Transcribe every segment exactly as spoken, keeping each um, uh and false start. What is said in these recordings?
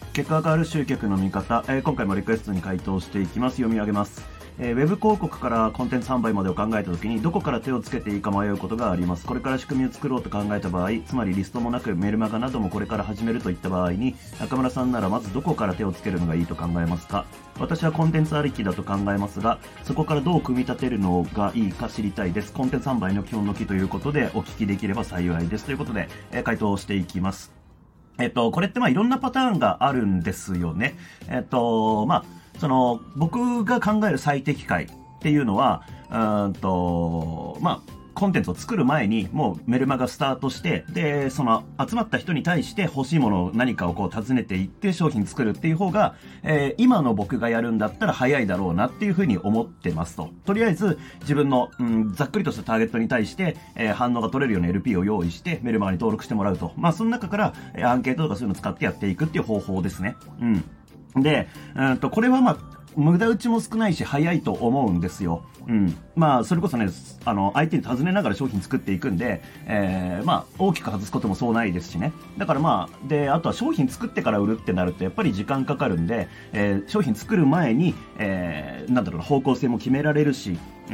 結果が変わる集客の見方、えー今回もリクエストに回答していきます。読み上げます。えーウェブ広告からコンテンツ販売までを考えたときにどこから手をつけていいか迷うことがあります。これから仕組みを作ろうと考えた場合、つまりリストもなくメルマガなどもこれから始めるといった場合に、中村さんならまずどこから手をつけるのがいいと考えますか？私はコンテンツありきだと考えますが、そこからどう組み立てるのがいいか知りたいです。コンテンツ販売の基本の木ということでお聞きできれば幸いです。ということで、えー回答していきます。えっと、これってまあいろんなパターンがあるんですよね。えっと、まあ、その、僕が考える最適解っていうのは、うーんと、まあ、コンテンツを作る前にもうメルマガスタートして、で、その集まった人に対して欲しいものを何かをこう尋ねていって商品作るっていう方が、えー今の僕がやるんだったら早いだろうなっていうふうに思ってますと。とりあえず自分の、うん、ざっくりとしたターゲットに対して、えー反応が取れるような エルピー を用意してメルマガに登録してもらうと。まあその中から、えーアンケートとかそういうのを使ってやっていくっていう方法ですね。うん。で、うんと、これはまあ、無駄打ちも少ないし早いと思うんですよ。うん。まあ、それこそね、あの、相手に尋ねながら商品作っていくんで、えー、まあ、大きく外すこともそうないですしね。だからまあ、で、あとは商品作ってから売るってなると、やっぱり時間かかるんで、えー、商品作る前に、えー、なんだろうな、方向性も決められるし、うん、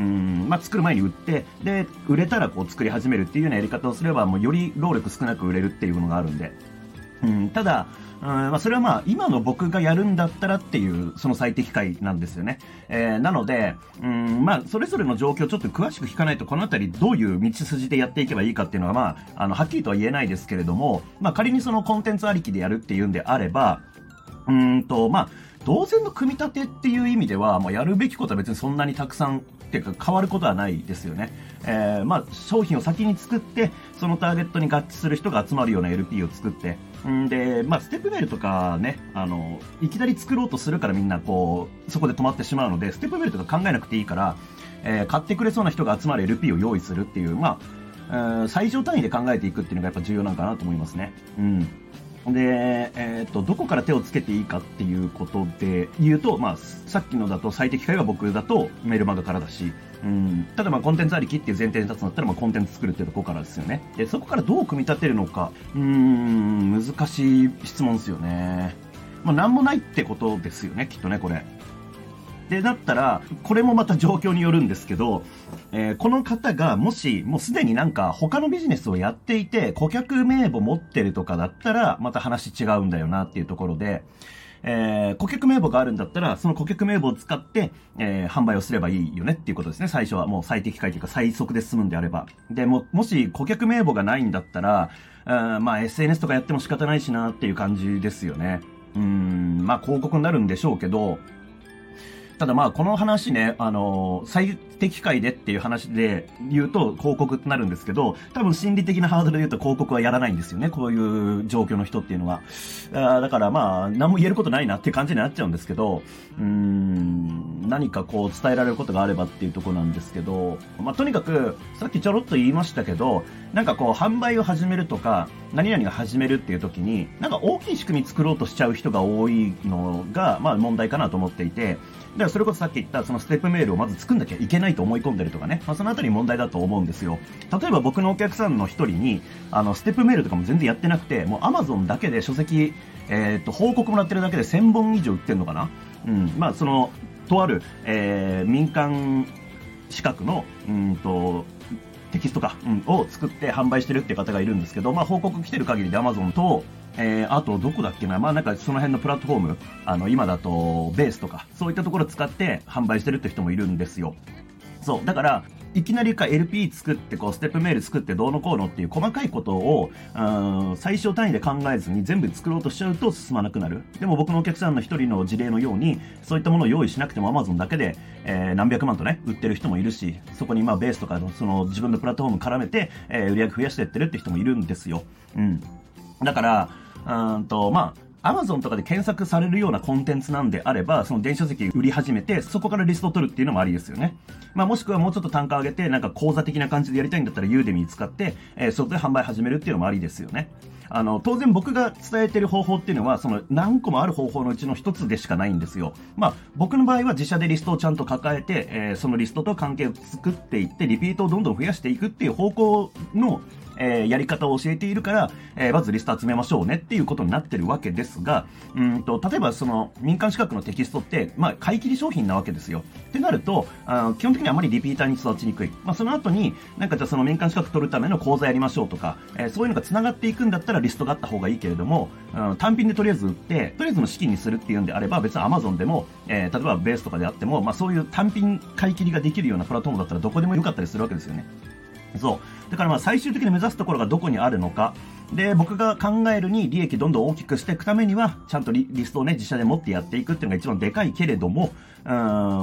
まあ、作る前に売って、で、売れたらこう作り始めるっていうようなやり方をすれば、もうより労力少なく売れるっていうのがあるんで。うん、ただ、うんまあ、それはまあ今の僕がやるんだったらっていうその最適解なんですよね。えー、なので、うんまあ、それぞれの状況をちょっと詳しく聞かないとこのあたりどういう道筋でやっていけばいいかっていうのは、まあ、あのはっきりとは言えないですけれども、まあ、仮にそのコンテンツありきでやるっていうんであればうーんとまあ同然の組み立てっていう意味では、まあ、やるべきことは別にそんなにたくさんっていうか変わることはないですよね。えー、まあ商品を先に作ってそのターゲットに合致する人が集まるような エルピー を作ってんで、まあ、ステップメールとかね、あのいきなり作ろうとするからみんなこうそこで止まってしまうので、ステップメールとか考えなくていいから、えー買ってくれそうな人が集まる エルピー を用意するっていう、まあ、えー最小単位で考えていくっていうのがやっぱ重要なのかなと思いますね。うんで、えっと、どこから手をつけていいかっていうことで言うと、まあ、さっきのだと最適解は僕だとメルマガからだし、うん、ただまあコンテンツありきっていう前提に立つんだったら、まあコンテンツ作るっていうところからですよね。で、そこからどう組み立てるのか、うーん、難しい質問ですよね。まあ、なんもないってことですよね、きっとね、これ。で、だったら、これもまた状況によるんですけど、えーこの方がもし、もうすでになんか他のビジネスをやっていて、顧客名簿持ってるとかだったら、また話違うんだよなっていうところで、えー顧客名簿があるんだったら、その顧客名簿を使って、えー販売をすればいいよねっていうことですね。最初はもう最適解というか最速で済むんであれば。で、も、もし顧客名簿がないんだったら、うんまあ エスエヌエス とかやっても仕方ないしなっていう感じですよね。うーん、まあ広告になるんでしょうけど、ただまあこの話ね、あのー最適解でっていう話で言うと広告ってなるんですけど、多分心理的なハードルで言うと広告はやらないんですよね。こういう状況の人っていうのは。あーだからまあ何も言えることないなっていう感じになっちゃうんですけど、うーん、何かこう伝えられることがあればっていうところなんですけど、まあとにかくさっきちょろっと言いましたけど、なんかこう販売を始めるとか、何々が始めるっていう時に、なんか大きい仕組み作ろうとしちゃう人が多いのが、まあ問題かなと思っていて、だからそれこそさっき言ったそのステップメールをまず作んなきゃいけないと思い込んでるとかね、まあ、そのあたり問題だと思うんですよ。例えば僕のお客さんの一人に、あの、ステップメールとかも全然やってなくて、もう Amazon だけで書籍、えっと、報告もらってるだけでせんぼん以上売ってるのかな。うん。まあ、その、とある、えー、民間資格の、うんと、テキストか、うん、を作って販売してるっていう方がいるんですけど、まあ、報告来てる限りで Amazon と、えー、あとどこだっけな、まあなんかその辺のプラットフォーム、あの今だとベースとかそういったところを使って販売してるって人もいるんですよ。そうだからいきなりか エルピー 作ってこうステップメール作ってどうのこうのっていう細かいことをうん最小単位で考えずに全部作ろうとしちゃうと進まなくなる。でも僕のお客さんの一人の事例のようにそういったものを用意しなくても Amazon だけで、えー、何百万とね売ってる人もいるし、そこにまあベースとかのその自分のプラットフォーム絡めて、えー、売り上げ増やしていってるって人もいるんですよ。うんだからうーんとまあアマゾンとかで検索されるようなコンテンツなんであれば、その電子書籍売り始めて、そこからリストを取るっていうのもありですよね。まあもしくはもうちょっと単価上げて、なんか講座的な感じでやりたいんだったらユーデミー使って、えー、そこで販売始めるっていうのもありですよね。あの、当然僕が伝えてる方法っていうのは、その何個もある方法のうちの一つでしかないんですよ。まあ僕の場合は自社でリストをちゃんと抱えて、えー、そのリストと関係を作っていって、リピートをどんどん増やしていくっていう方向のえー、やり方を教えているから、えー、まずリスト集めましょうねっていうことになってるわけですが、うんと、例えばその民間資格のテキストって、まあ、買い切り商品なわけですよ。ってなると、あ基本的にあまりリピーターに育ちにくい。まあ、その後に、なんかじゃあその民間資格取るための講座やりましょうとか、えー、そういうのが繋がっていくんだったらリストがあった方がいいけれども、うん、単品でとりあえず売って、とりあえずの資金にするっていうんであれば、別に Amazon でも、えー、例えばベースとかであっても、まあ、そういう単品買い切りができるようなプラットフォームだったらどこでもよかったりするわけですよね。そう。だからまあ最終的に目指すところがどこにあるのか。で、僕が考えるに利益どんどん大きくしていくためには、ちゃんと リ, リストをね、自社で持ってやっていくっていうのが一番でかいけれども、うん、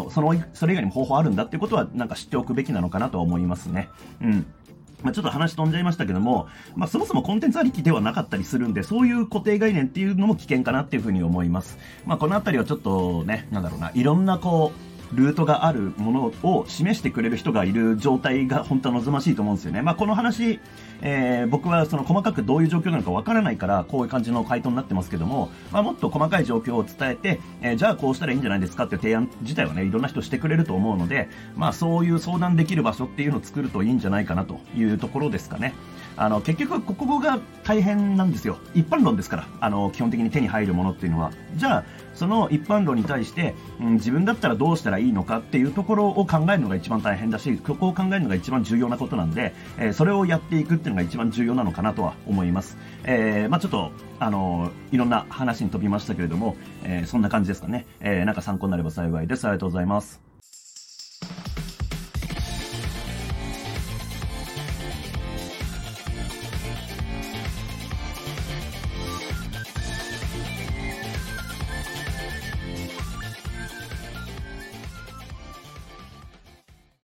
その、それ以外にも方法あるんだっていうことはなんか知っておくべきなのかなとは思いますね。うん。まあ、ちょっと話飛んじゃいましたけども、まあ、そもそもコンテンツありきではなかったりするんで、そういう固定概念っていうのも危険かなっていうふうに思います。まあ、このあたりはちょっとね、なんだろうな、いろんなこう、ルートがあるものを示してくれる人がいる状態が本当は望ましいと思うんですよね。まあ、この話、えー、僕はその細かくどういう状況なのかわからないから、こういう感じの回答になってますけども、まあ、もっと細かい状況を伝えて、えー、じゃあこうしたらいいんじゃないですかっていう提案自体はね、いろんな人してくれると思うので、まあ、そういう相談できる場所っていうのを作るといいんじゃないかなというところですかね。あの、結局、ここが大変なんですよ。一般論ですから、あの、基本的に手に入るものっていうのは。じゃあ、その一般論に対して、うん、自分だったらどうしたらいいのかっていうところを考えるのが一番大変だし、ここを考えるのが一番重要なことなんで、えー、それをやっていくっていうのが一番重要なのかなとは思います。えー、まあちょっと、あのー、いろんな話に飛びましたけれども、えー、そんな感じですかね。えー、なんか参考になれば幸いです。ありがとうございます。